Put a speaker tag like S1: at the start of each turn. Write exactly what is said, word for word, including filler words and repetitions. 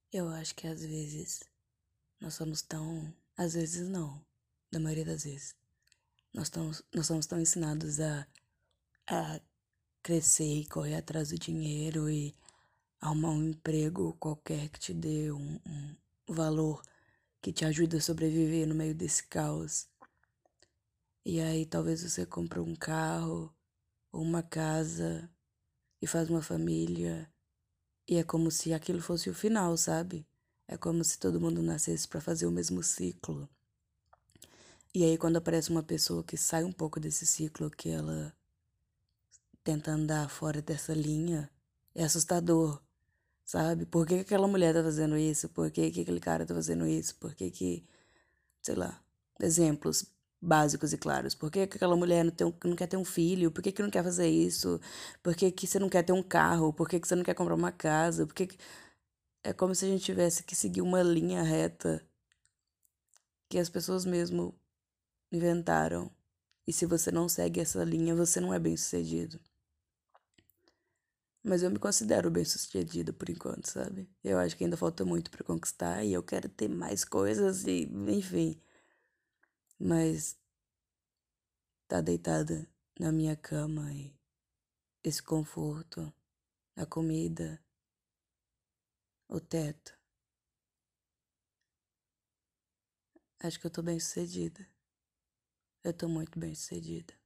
S1: Eu acho que às vezes nós somos tão. Às vezes não, da maioria das vezes. Nós, tamos, nós somos tão ensinados a, a crescer e correr atrás do dinheiro e arrumar um emprego qualquer que te dê um, um valor que te ajude a sobreviver no meio desse caos. E aí talvez você compre um carro ou uma casa e faz uma família. E é como se aquilo fosse o final, sabe? É como se todo mundo nascesse para fazer o mesmo ciclo. E aí quando aparece uma pessoa que sai um pouco desse ciclo, que ela tenta andar fora dessa linha, é assustador, sabe? Por que aquela mulher tá fazendo isso? Por que, que aquele cara tá fazendo isso? Por que que, sei lá, exemplos básicos e claros. Por que que aquela mulher não, tem um, não quer ter um filho? Por que que não quer fazer isso? Por que que você não quer ter um carro? Por que que você não quer comprar uma casa? Por que que... É como se a gente tivesse que seguir uma linha reta que as pessoas mesmo inventaram. E se você não segue essa linha, você não é bem-sucedido. Mas eu me considero bem-sucedida por enquanto, sabe? Eu acho que ainda falta muito para conquistar e eu quero ter mais coisas e, enfim. Mas tá deitada na minha cama e esse conforto, a comida, o teto. Acho que eu tô bem-sucedida. Eu tô muito bem-sucedida.